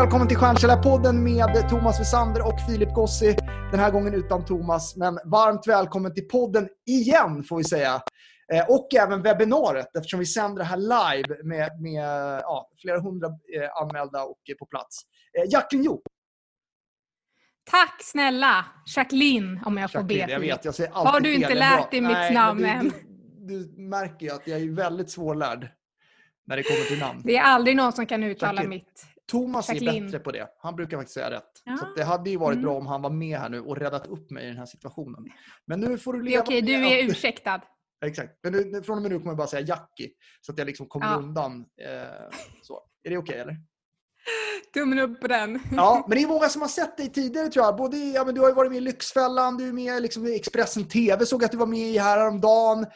välkommen till Stjärnkällarpodden med Thomas Wessander och Filip Gossi. Den här gången utan Thomas, men varmt välkommen till podden igen får vi säga. Och även webbinariet eftersom vi sänder det här live med flera hundra anmälda och på plats. Jacqueline Jo. Tack snälla, Jacqueline, om jag får be. Jag vet, jag säger alltid har du inte fel. lärt dig mitt namn än? Du märker ju att jag är väldigt svårlärd när det kommer till namn. Det är aldrig någon som kan uttala Jacqueline. Mitt. Thomas Jacqueline. är bättre på det. Han brukar faktiskt säga rätt. Ja. Så det hade ju varit bra om han var med här nu och räddat upp mig i den här situationen. Men nu får du leva. Det är okej, du är ursäktad. Exakt. Men nu, från och med nu kommer jag bara säga Jackie. Så att jag liksom kommer undan. Så. Är det okej, eller? Tummen upp på den. Ja, men det är många som har sett dig tidigare tror jag. Du har ju varit med i Lyxfällan, du är med liksom i Expressen TV, såg att du var med i häromdagen.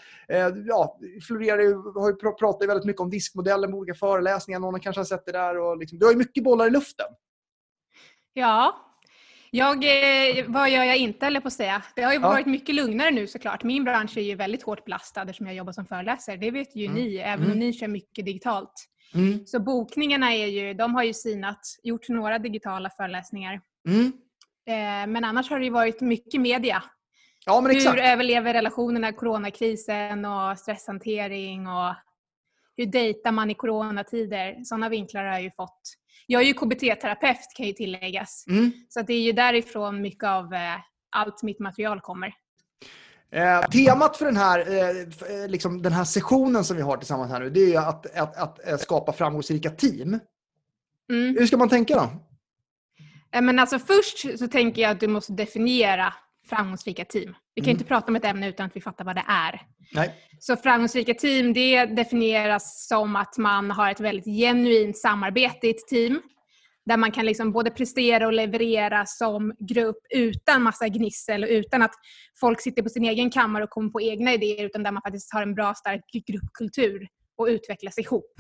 Har ju pratat väldigt mycket om diskmodellen med olika föreläsningar. Någon kanske har sett det där. Och liksom, du har ju mycket bollar i luften. Ja, vad gör jag inte eller på att säga? Det har ju varit mycket lugnare nu såklart. Min bransch är ju väldigt hårt belastad eftersom jag jobbar som föreläsare. Det vet ju ni, även om ni kör mycket digitalt. Så bokningarna de har ju gjort några digitala föreläsningar. Men annars har det ju varit mycket media. Ja, men exakt. Hur överlever relationerna, coronakrisen och stresshantering och hur dejtar man i coronatider. Sådana vinklar har jag ju fått. Jag är ju KBT-terapeut kan ju tilläggas. Så att det är ju därifrån mycket av allt mitt material kommer. Temat för den här sessionen som vi har tillsammans här nu, det är ju att skapa framgångsrika team. Hur ska man tänka då? Men alltså först så tänker jag att du måste definiera framgångsrika team. Vi kan inte prata om ett ämne utan att vi fattar vad det är. Nej. Så framgångsrika team, det definieras som att man har ett väldigt genuint samarbete i ett team. Där man kan liksom både prestera och leverera som grupp utan massa gnissel och utan att folk sitter på sin egen kammare och kommer på egna idéer, utan där man faktiskt har en bra stark gruppkultur och utvecklas ihop.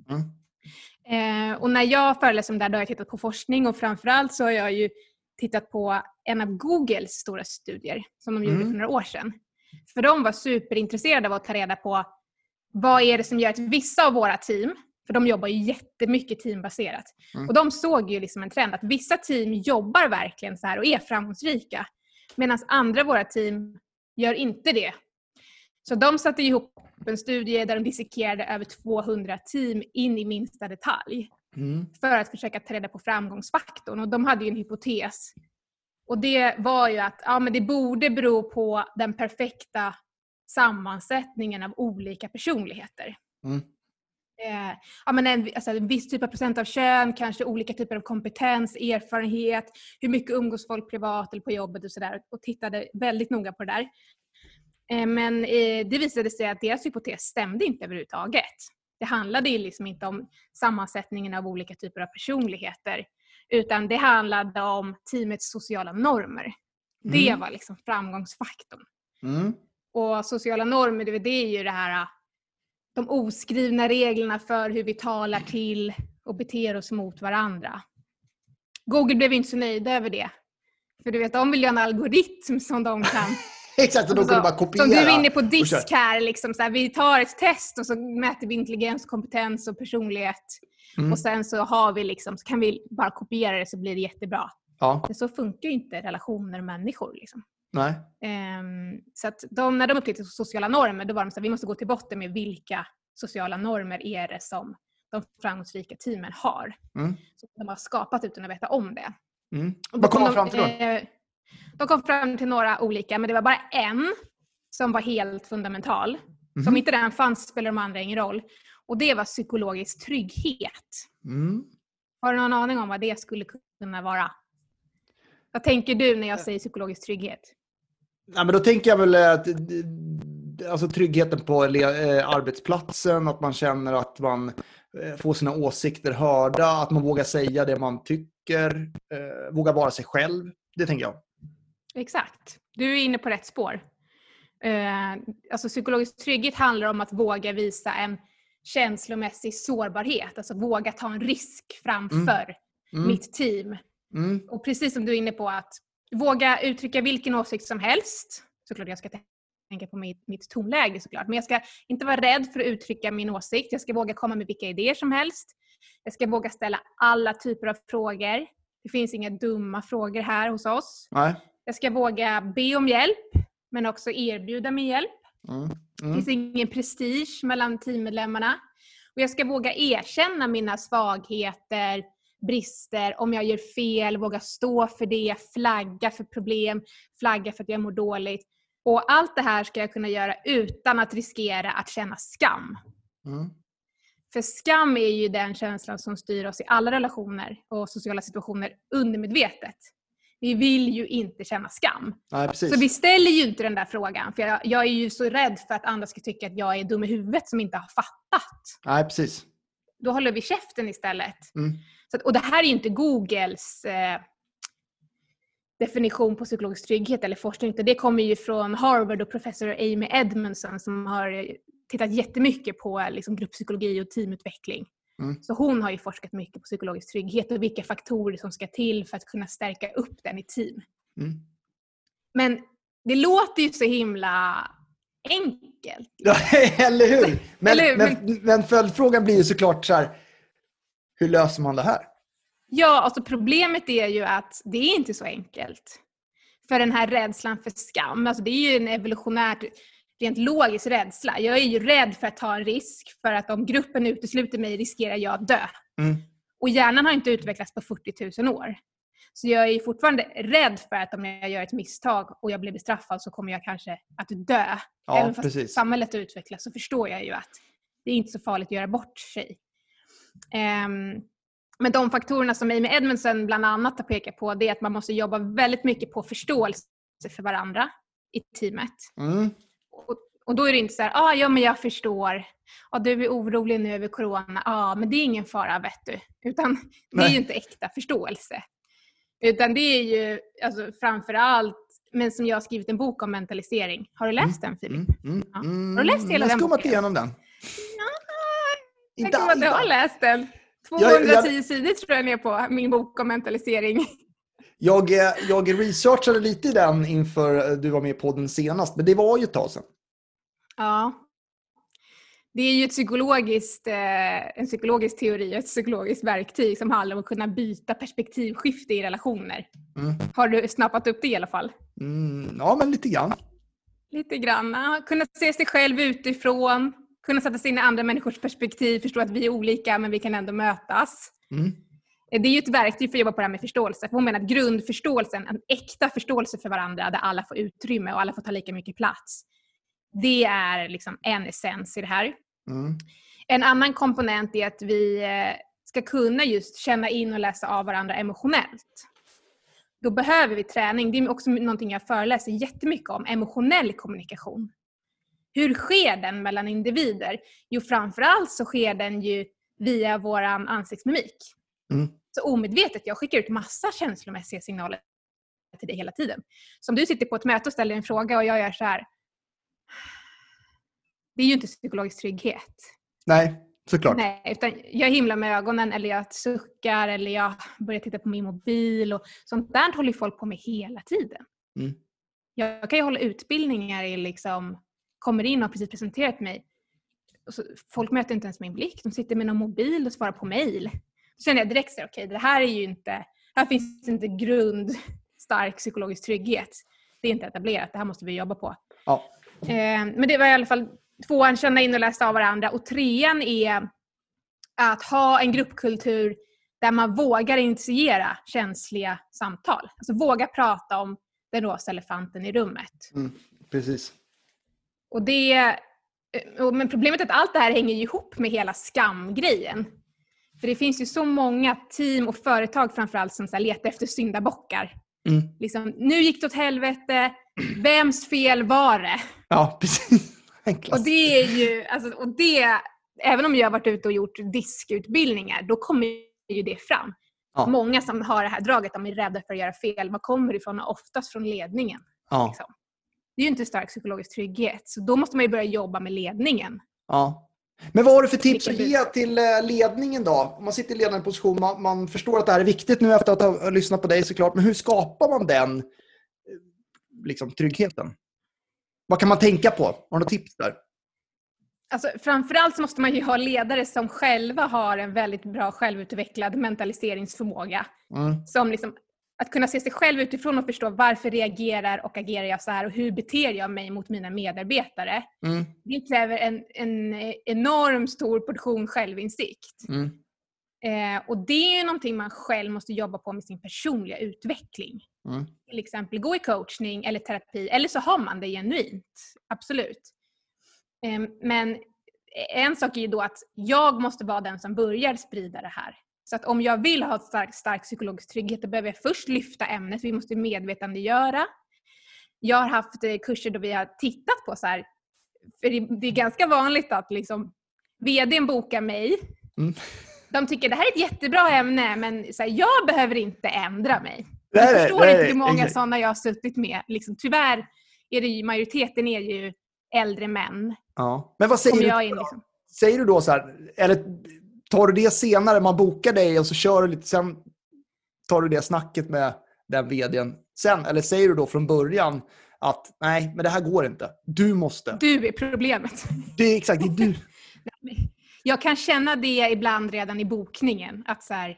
Och när jag föreläser om det här, då har jag tittat på forskning och framförallt så har jag ju tittat på en av Googles stora studier som de gjorde för några år sedan. För de var superintresserade av att ta reda på vad är det som gör att vissa av våra team, för de jobbar ju jättemycket teambaserat. Och de såg ju liksom en trend att vissa team jobbar verkligen så här och är framgångsrika. Medan andra våra team gör inte det. Så de satte ihop en studie där de dissekerade över 200 team in i minsta detalj. För att försöka ta reda på framgångsfaktorn. Och de hade ju en hypotes. Och det var ju att men det borde bero på den perfekta sammansättningen av olika personligheter. En viss typ av procent av kön, kanske olika typer av kompetens, erfarenhet, hur mycket umgås folk privat eller på jobbet och sådär. Och tittade väldigt noga på det där. Men det visade sig att deras hypotes stämde inte överhuvudtaget. Det handlade ju liksom inte om sammansättningen av olika typer av personligheter. Utan det handlade om teamets sociala normer. Det var liksom framgångsfaktorn. Och sociala normer, det är ju det här, de oskrivna reglerna för hur vi talar till och beter oss mot varandra. Google blev inte så nöjda över det. För du vet, de vill ju ha en algoritm som de kan... Exakt, och då kunde bara kopiera. Som du är inne på disk här, liksom, så här, vi tar ett test och så mäter vi intelligens, kompetens och personlighet. Och sen så har vi liksom, så kan vi bara kopiera det så blir det jättebra. Ja. Men så funkar ju inte relationer och människor liksom. Nej. Så att när de upptäckte sociala normer, då var de så här, vi måste gå till botten med vilka sociala normer är det som de framgångsrika teamen har. Så de har skapat utan att veta om det. Vad kom de fram till då? De kom fram till några olika, men det var bara en som var helt fundamental. Så om inte den fanns spelar de andra ingen roll. Och det var psykologisk trygghet. Har du någon aning om vad det skulle kunna vara? Vad tänker du när jag säger psykologisk trygghet? Ja, men då tänker jag väl att alltså tryggheten på arbetsplatsen, att man känner att man får sina åsikter hörda, att man vågar säga det man tycker, vågar vara sig själv. Det tänker jag. Exakt. Du är inne på rätt spår. Alltså psykologisk trygghet handlar om att våga visa en känslomässig sårbarhet. Alltså våga ta en risk framför mitt team. Och precis som du är inne på, att våga uttrycka vilken åsikt som helst. Såklart jag ska tänka på mitt tonläge såklart. Men jag ska inte vara rädd för att uttrycka min åsikt. Jag ska våga komma med vilka idéer som helst. Jag ska våga ställa alla typer av frågor. Det finns inga dumma frågor här hos oss. Nej. Jag ska våga be om hjälp, men också erbjuda mig hjälp. Det finns ingen prestige mellan teammedlemmarna. Och jag ska våga erkänna mina svagheter, brister, om jag gör fel, våga stå för det, flagga för problem, flagga för att jag mår dåligt. Och allt det här ska jag kunna göra utan att riskera att känna skam. För skam är ju den känslan som styr oss i alla relationer och sociala situationer undermedvetet. Vi vill ju inte känna skam. Nej, precis. Så vi ställer ju inte den där frågan. För jag är ju så rädd för att andra ska tycka att jag är dum i huvudet som inte har fattat. Nej, precis. Då håller vi käften istället. Så att, och det här är ju inte Googles definition på psykologisk trygghet eller forskning. Det kommer ju från Harvard och professor Amy Edmondson som har tittat jättemycket på liksom, grupppsykologi och teamutveckling. Så hon har ju forskat mycket på psykologisk trygghet och vilka faktorer som ska till för att kunna stärka upp den i team. Men det låter ju så himla enkelt. Ja, eller hur? Men följdfrågan blir ju såklart så här, hur löser man det här? Ja, alltså problemet är ju att det är inte så enkelt. För den här rädslan för skam, alltså det är ju en evolutionärt, rent logisk rädsla. Jag är ju rädd för att ta en risk, för att om gruppen utesluter mig riskerar jag att dö. Och hjärnan har inte utvecklats på 40 000 år. Så jag är ju fortfarande rädd för att om jag gör ett misstag och jag blir bestraffad så kommer jag kanske att dö. Ja, även fast precis. samhället utvecklas så förstår jag ju att det är inte så farligt att göra bort sig. Men de faktorerna som Amy Edmondson bland annat har pekat på, det är att man måste jobba väldigt mycket på förståelse för varandra i teamet. Och då är det inte så här, ja men jag förstår. Du är orolig nu över corona. Men det är ingen fara, vet du. Utan det är ju inte äkta förståelse. Utan det är ju alltså, framförallt, men som jag har skrivit en bok om mentalisering. Har du läst den, Filip? Ja. Har du läst hela den boken? Jag har skummat igenom den. Jag kan att du har läst den. 210 sidor tror jag ner på min bok om mentalisering. Jag researchade lite i den inför du var med på den senast, men det var ju ett tag sedan. Ja. Det är ju en psykologisk teori, ett psykologiskt verktyg som handlar om att kunna byta perspektivskifte i relationer. Har du snappat upp det i alla fall? Ja, men lite grann. Lite grann. Kunna se sig själv utifrån. Kunna sätta sig in i andra människors perspektiv. Förstå att vi är olika men vi kan ändå mötas. Det är ju ett verktyg för att jobba på det här med förståelse. För hon menar att grundförståelsen, en äkta förståelse för varandra där alla får utrymme och alla får ta lika mycket plats. Det är liksom en essens i det här. En annan komponent är att vi ska kunna just känna in och läsa av varandra emotionellt. Då behöver vi träning. Det är också någonting jag föreläser jättemycket om. Emotionell kommunikation. Hur sker den mellan individer? Jo, framförallt så sker den ju via våran ansiktsmimik. Så omedvetet, jag skickar ut massa känslomässiga signaler till dig hela tiden. Så om du sitter på ett möte och ställer en fråga och jag gör så här. Det är ju inte psykologisk trygghet. Nej, såklart. Nej, utan jag himlar med ögonen eller jag suckar eller jag börjar titta på min mobil. Och sånt där håller folk på med hela tiden. Jag kan ju hålla utbildningar i liksom, kommer in och har precis presenterat mig. Och så, folk möter inte ens min blick. De sitter med någon mobil och svarar på mejl. Så känner jag direkt så okej, det här är ju inte, här finns inte stark psykologisk trygghet. Det är inte etablerat, det här måste vi jobba på. Ja. Men det var i alla fall 2:an, känna in och läsa av varandra. Och 3:an är att ha en gruppkultur där man vågar initiera känsliga samtal. Alltså våga prata om den rosa elefanten i rummet. Precis. Men problemet är att allt det här hänger ihop med hela skamgrejen. För det finns ju så många team och företag framförallt som så här letar efter syndabockar. Liksom, nu gick det åt helvete. Vems fel var det? Ja, precis. Och det är ju, alltså, även om jag har varit ute och gjort diskutbildningar, då kommer ju det fram. Ja. Många som har det här draget, de är rädda för att göra fel. Vad kommer det ifrån? Oftast från ledningen. Ja. Liksom. Det är ju inte stark psykologisk trygghet. Så då måste man ju börja jobba med ledningen. Ja. Men vad har du för tips att ge till ledningen då? Om man sitter i ledande position, man förstår att det här är viktigt nu efter att ha lyssnat på dig såklart. Men hur skapar man den liksom, tryggheten? Vad kan man tänka på? Har du några tips där? Alltså, framförallt så måste man ju ha ledare som själva har en väldigt bra självutvecklad mentaliseringsförmåga. Som liksom, att kunna se sig själv utifrån och förstå varför reagerar och agerar jag så här och hur beter jag mig mot mina medarbetare. Det kräver en enorm stor portion självinsikt. Och det är ju någonting man själv måste jobba på med sin personliga utveckling. Till exempel gå i coachning eller terapi, eller så har man det genuint. Absolut. Men en sak är ju då att jag måste vara den som börjar sprida det här. Så att om jag vill ha stark psykologisk trygghet, då behöver jag först lyfta ämnet. Vi måste medvetandegöra. Jag har haft kurser då vi har tittat på så här. För det är ganska vanligt att liksom vd:n bokar mig. De tycker det här är ett jättebra ämne, men så här, jag behöver inte ändra mig. Jag förstår inte hur många sådana jag har suttit med. Liksom, tyvärr är det ju, majoriteten är ju äldre män. Ja. Men vad säger du? Liksom. Säger du då så här, eller tar du det senare, man bokar dig och så kör du lite, sen tar du det snacket med den vdn sen, eller säger du då från början att nej, men det här går inte. Du måste. Du är problemet. Det är exakt, det är du. Jag kan känna det ibland redan i bokningen, att så här,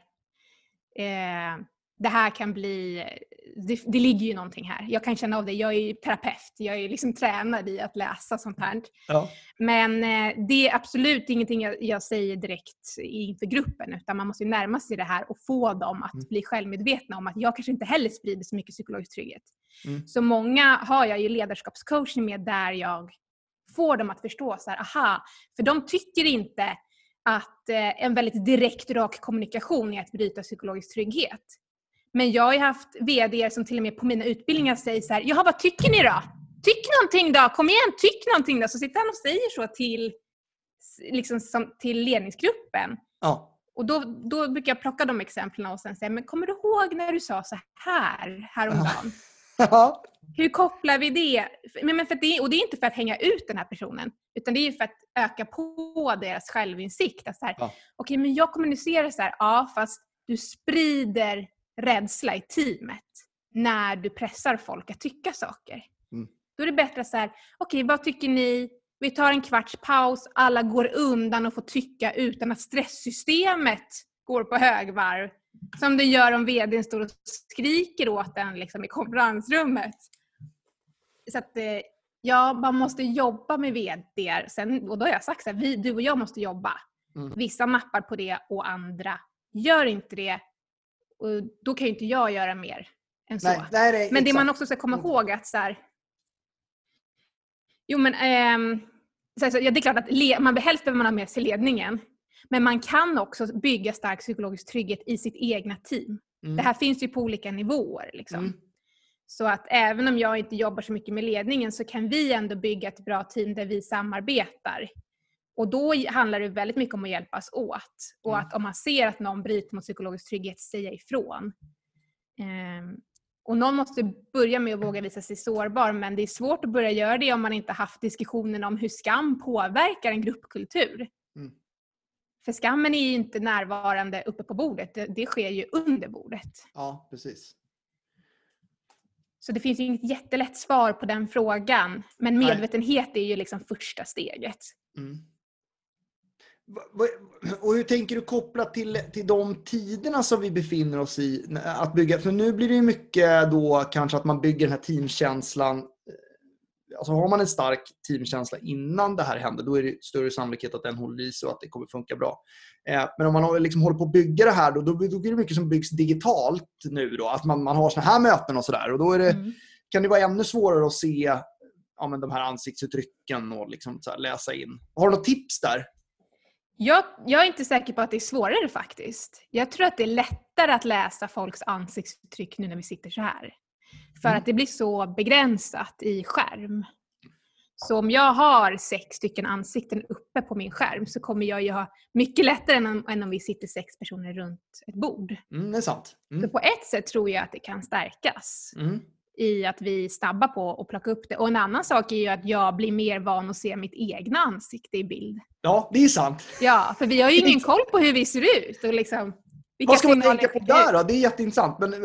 det här kan bli, det ligger ju någonting här. Jag kan känna av det. Jag är ju terapeut. Jag är liksom tränad i att läsa sånt här. Ja. Men det är absolut ingenting jag säger direkt inför gruppen. Utan man måste ju närma sig det här och få dem att bli självmedvetna om att jag kanske inte heller sprider så mycket psykologisk trygghet. Så många har jag ju ledarskapscoachning med där jag får dem att förstå så här, aha. För de tycker inte att en väldigt direkt rak kommunikation är att bryta psykologisk trygghet. Men jag har ju haft vd:ar som till och med på mina utbildningar säger så här, jaha, vad tycker ni då? Tyck någonting då, kom igen, tyck någonting då. Så sitter han och säger så till, liksom, till ledningsgruppen. Ja. Och då brukar jag plocka de exemplen och sen säga, men kommer du ihåg när du sa så här häromdagen? Ja. Hur kopplar vi det? Men för det? Och det är inte för att hänga ut den här personen, utan det är för att öka på deras självinsikt. Att så här, okej, men jag kommunicerar så här, ja, fast du sprider rädsla i teamet när du pressar folk att tycka saker. Då är det bättre så här, okej, vad tycker ni? Vi tar en kvarts paus, alla går undan och får tycka utan att stresssystemet går på högvarv. Som det gör om vdn står och skriker åt en liksom, i konferensrummet. Så att ja, man måste jobba med vd:ar. Sen, och då har jag sagt så här, du och jag måste jobba. Vissa nappar på det och andra gör inte det. Och då kan ju inte jag göra mer än så. Nej, men det man också ska komma ihåg att så här, jo men så, ja, det är klart att man helst behöver man ha med sig ledningen. Men man kan också bygga stark psykologisk trygghet i sitt egna team. Det här finns ju på olika nivåer liksom. Så att även om jag inte jobbar så mycket med ledningen så kan vi ändå bygga ett bra team där vi samarbetar. Och då handlar det väldigt mycket om att hjälpas åt. Och att om man ser att någon bryter mot psykologisk trygghet, säga ifrån. Och någon måste börja med att våga visa sig sårbar. Men det är svårt att börja göra det om man inte haft diskussionen om hur skam påverkar en gruppkultur. För skammen är ju inte närvarande uppe på bordet. Det sker ju under bordet. Ja, precis. Så det finns ju inget jättelätt svar på den frågan. Men medvetenhet är ju liksom första steget. Och hur tänker du koppla till de tiderna som vi befinner oss i att bygga? För nu blir det ju mycket då kanske att man bygger den här teamkänslan. Alltså har man en stark teamkänsla innan det här händer, då är det större sannolikhet att den håller i sig och att det kommer funka bra. Men om man liksom håller på att bygga det här, då är det mycket som byggs digitalt nu då. Att man har såna här möten och sådär. Och då är det, kan det vara ännu svårare att se de här ansiktsuttrycken och liksom så här läsa in. Har du något tips där? Jag är inte säker på att det är svårare faktiskt. Jag tror att det är lättare att läsa folks ansiktsuttryck nu när vi sitter så här. För att det blir så begränsat i skärm. Så om jag har 6 stycken ansikten uppe på min skärm så kommer jag ju ha mycket lättare än om vi sitter 6 personer runt ett bord. Det är sant. Så på ett sätt tror jag att det kan stärkas. I att vi snabbar på och plockar upp det. Och en annan sak är ju att jag blir mer van att se mitt egna ansikte i bild. Ja, det är sant. Ja, för vi har ju ingen koll på hur vi ser ut. Och liksom, vad ska man tänka på där då? Det är jätteintressant. Men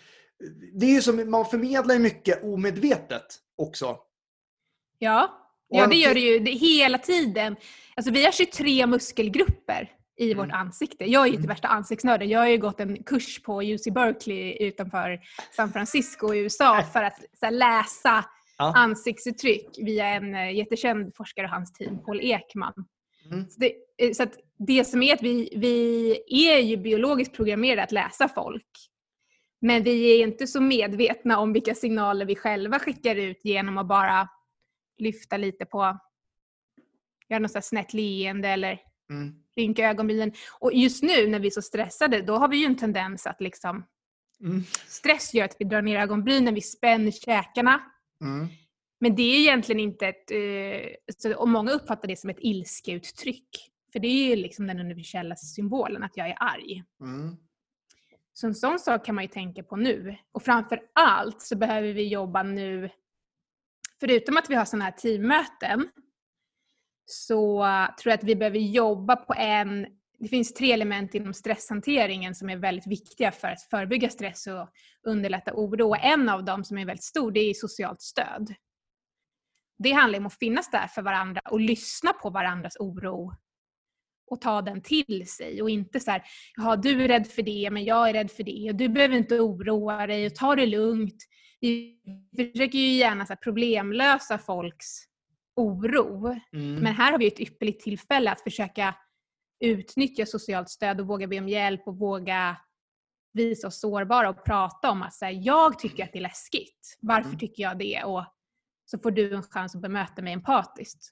det är ju som man förmedlar mycket omedvetet också. Ja. Ja, det gör det ju hela tiden. Alltså, vi har 23 muskelgrupper i vårt ansikte. Jag är ju inte värsta ansiktsnörden. Jag har ju gått en kurs på UC Berkeley utanför San Francisco i USA för att så här, läsa ansiktsuttryck via en jättekänd forskare och hans team, Paul Ekman. Så att det som är att vi är ju biologiskt programmerade att läsa folk. Men vi är inte så medvetna om vilka signaler vi själva skickar ut genom att bara lyfta lite på, göra något så här snett leende eller rynka ögonbrynen. Och just nu när vi är så stressade, då har vi ju en tendens att liksom stress gör att vi drar ner ögonbrynen, vi spänner käkarna. Men det är egentligen inte och många uppfattar det som ett ilskeuttryck. För det är ju liksom den universella symbolen, att jag är arg. Så en sån sak kan man ju tänka på nu. Och framför allt så behöver vi jobba nu, förutom att vi har sådana här teammöten, så tror jag att vi behöver jobba på det finns 3 element inom stresshanteringen som är väldigt viktiga för att förebygga stress och underlätta oro. Och en av dem som är väldigt stor, det är socialt stöd. Det handlar om att finnas där för varandra och lyssna på varandras oro och ta den till sig. Och inte så här, ja, du är rädd för det men jag är rädd för det och du behöver inte oroa dig och ta det lugnt. Vi försöker ju gärna så här problemlösa folks oro. Men här har vi ett ypperligt tillfälle att försöka utnyttja socialt stöd och våga be om hjälp och våga visa oss sårbara och prata om att så här, jag tycker att det är läskigt. Varför tycker jag det? Och så får du en chans att bemöta mig empatiskt.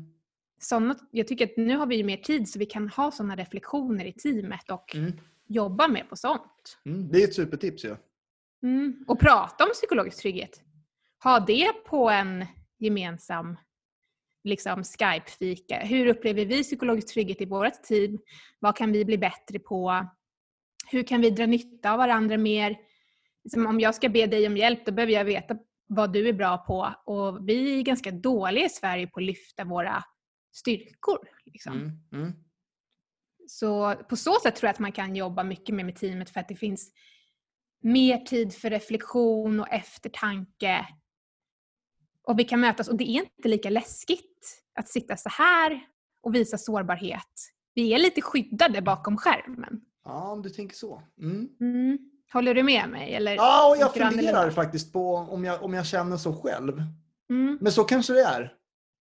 Jag tycker att nu har vi ju mer tid så vi kan ha sådana reflektioner i teamet och jobba med på sånt. Det är ett supertips ju. Och prata om psykologisk trygghet. Ha det på en gemensam liksom Skype-fika. Hur upplever vi psykologisk trygghet i vårt team? Vad kan vi bli bättre på? Hur kan vi dra nytta av varandra mer? Liksom om jag ska be dig om hjälp, då behöver jag veta vad du är bra på. Och vi är ganska dåliga i Sverige på att lyfta våra styrkor. Liksom. Så på så sätt tror jag att man kan jobba mycket mer med teamet för att det finns mer tid för reflektion och eftertanke. Och vi kan mötas och det är inte lika läskigt att sitta så här och visa sårbarhet. Vi är lite skyddade bakom skärmen. Ja, om du tänker så. Håller du med mig? Eller ja, och jag funderar faktiskt på om jag känner så själv. Men så kanske det är.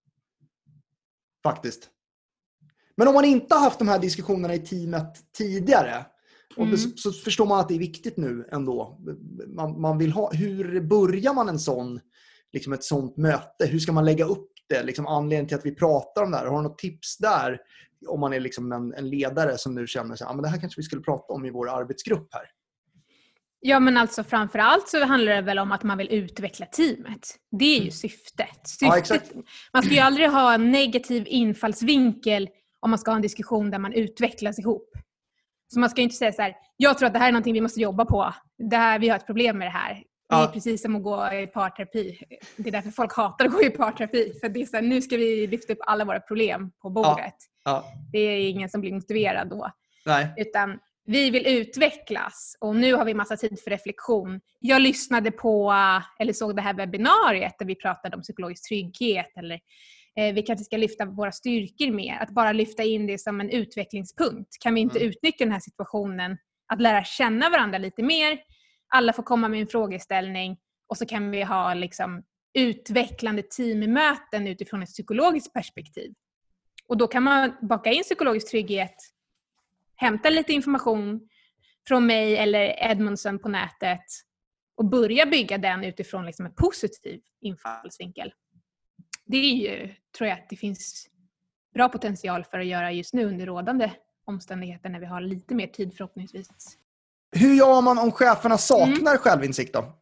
Faktiskt. Men om man inte har haft de här diskussionerna i teamet tidigare så förstår man att det är viktigt nu ändå. Man vill ha, hur börjar man liksom ett sånt möte? Hur ska man lägga upp det? Liksom anledningen till att vi pratar om det här. Har du något tips där? Om man är liksom en ledare som nu känner sig, men det här kanske vi skulle prata om i vår arbetsgrupp här. Ja, men alltså framförallt så handlar det väl om att man vill utveckla teamet. Det är ju syftet. Ja, exakt. Man ska ju aldrig ha en negativ infallsvinkel om man ska ha en diskussion där man utvecklas ihop. Så man ska ju inte säga så här, jag tror att det här är någonting vi måste jobba på. Vi har ett problem med det här. Det är precis som att gå i parterapi. Det är därför folk hatar att gå i parterapi. För det är så här, nu ska vi lyfta upp alla våra problem på bordet. Det är ingen som blir motiverad då. Nej. Utan vi vill utvecklas och nu har vi massa tid för reflektion. Jag lyssnade på eller såg det här webbinariet där vi pratade om psykologisk trygghet eller vi kanske ska lyfta våra styrkor mer. Att bara lyfta in det som en utvecklingspunkt. Kan vi inte utnyttja den här situationen att lära känna varandra lite mer? Alla får komma med en frågeställning och så kan vi ha liksom utvecklande teammöten utifrån ett psykologiskt perspektiv. Och då kan man baka in psykologisk trygghet, hämta lite information från mig eller Edmundson på nätet och börja bygga den utifrån liksom en positiv infallsvinkel. Det är ju, tror jag, att det finns bra potential för att göra just nu under rådande omständigheter när vi har lite mer tid förhoppningsvis. Hur gör man om cheferna saknar självinsikt då?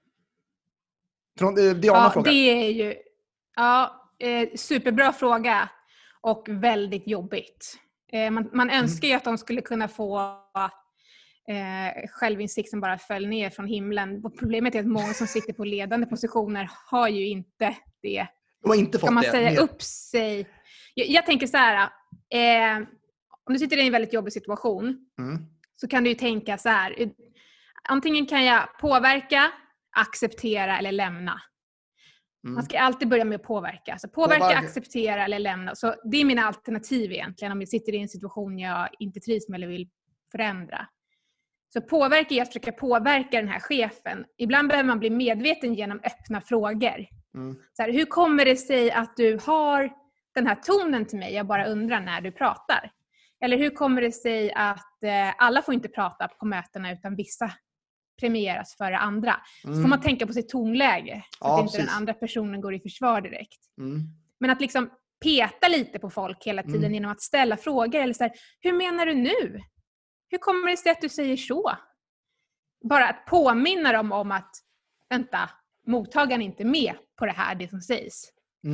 Diana frågar. Det är ju superbra fråga och väldigt jobbigt. Man önskar ju att de skulle kunna få självinsikt som bara föll ner från himlen. Problemet är att många som sitter på ledande positioner har ju inte det. De har inte fått kan man det. Säga upp sig. Jag tänker så här. Om du sitter i en väldigt jobbig situation så kan du ju tänka så här. Antingen kan jag påverka, acceptera eller lämna. Man ska alltid börja med att påverka. Alltså påverka, acceptera eller lämna. Så det är mina alternativ egentligen om jag sitter i en situation jag inte trivs med eller vill förändra. Så påverka är att försöka påverka den här chefen. Ibland behöver man bli medveten genom öppna frågor. Så här, hur kommer det sig att du har den här tonen till mig? Jag bara undrar när du pratar. Eller hur kommer det sig att alla får inte prata på mötena utan vissa premieras före andra? Så får man tänka på sitt tonläge. Så att inte den andra personen går i försvar direkt. Men att liksom peta lite på folk hela tiden genom att ställa frågor. Eller så här, hur menar du nu? Hur kommer det sig att du säger så? Bara att påminna dem om att vänta, mottagaren är inte med på det som sägs.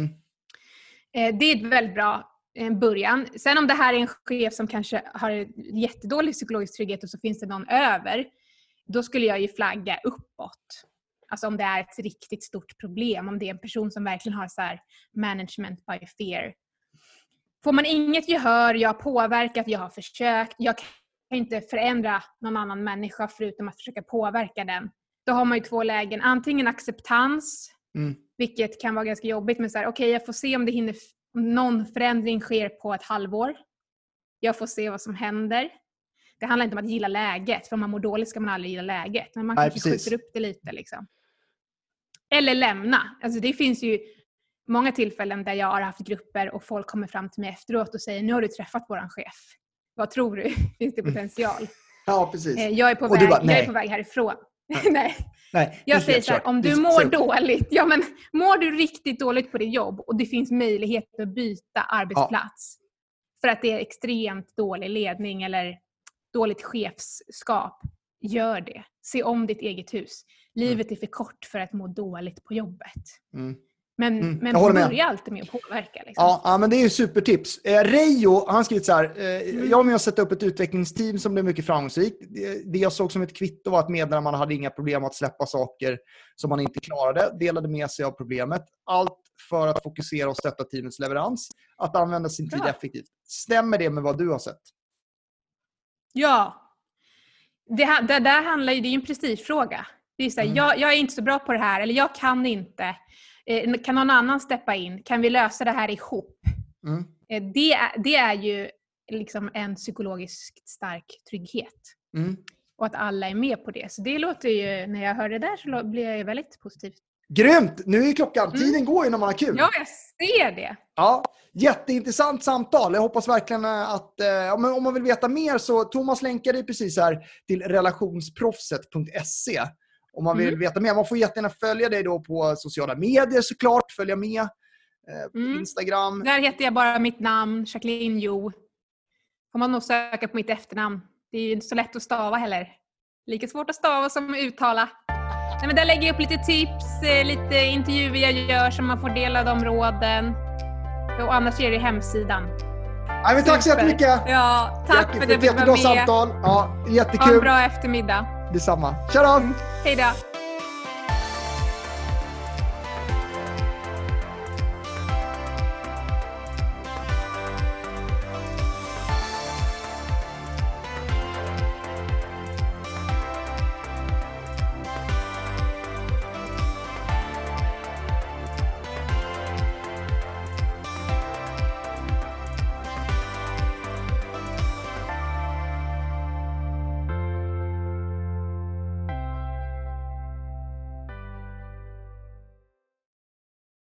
Det är ett väldigt bra början. Sen om det här är en chef som kanske har jättedålig psykologisk trygghet och så finns det någon över, då skulle jag ju flagga uppåt. Alltså om det är ett riktigt stort problem, om det är en person som verkligen har så här management by fear. Får man inget gehör, jag har påverkat, jag har försökt, jag kan inte förändra någon annan människa förutom att försöka påverka den. Då har man ju 2 lägen. Antingen acceptans, vilket kan vara ganska jobbigt, men så här, okej, jag får se om någon förändring sker på ett halvår. Jag får se vad som händer. Det handlar inte om att gilla läget, för om man mår dåligt ska man aldrig gilla läget. Men man kanske skjuter upp det lite liksom. Eller lämna. Alltså det finns ju många tillfällen där jag har haft grupper och folk kommer fram till mig efteråt och säger, nu har du träffat våran chef. Vad tror du? Finns det potential? Ja, precis. Jag är på väg härifrån. Nej. Jag säger så här, om du mår dåligt, men mår du riktigt dåligt på ditt jobb och det finns möjlighet att byta arbetsplats för att det är extremt dålig ledning eller dåligt chefskap, gör det. Se om ditt eget hus. Livet är för kort för att må dåligt på jobbet. Men börja alltid med att påverka. Liksom. Ja, men det är ju supertips. Reijo, han har skrivit så här. Jag var med att sätta upp ett utvecklingsteam som blev mycket framgångsrikt. Det jag såg som ett kvitto var att medlemmarna hade inga problem att släppa saker som man inte klarade. Delade med sig av problemet. Allt för att fokusera och stötta teamets leverans. Att använda sin tid effektivt. Stämmer det med vad du har sett? Ja. Det där handlar ju, det är ju en prestigefråga. Det är så här, jag är inte så bra på det här. Eller jag kan inte. Kan någon annan steppa in? Kan vi lösa det här ihop? Det är ju liksom en psykologiskt stark trygghet. Och att alla är med på det. Så det låter ju, när jag hör det där så blir jag väldigt positiv. Grymt! Nu är klockan. Tiden går ju när man har kul. Ja, jag ser det. Ja, jätteintressant samtal. Jag hoppas verkligen att om man vill veta mer så Thomas länkade precis här till relationsproffset.se. Om man vill veta mer. Man får jättegärna följa dig då på sociala medier såklart. Följa med på Instagram. Där heter jag bara mitt namn, Jacqueline Jo. Får man nog söka på mitt efternamn. Det är ju inte så lätt att stava heller. Lika svårt att stava som att uttala. Nej, men där lägger jag upp lite tips, lite intervjuer jag gör som man får dela de råden. Och annars är det hemsidan. Nej, men tack så jättemycket. Ja, tack för att du fick vara med. Jättebra samtal. Ja, jättekul. Ha en bra eftermiddag. Detsamma. Tja då! Hej då!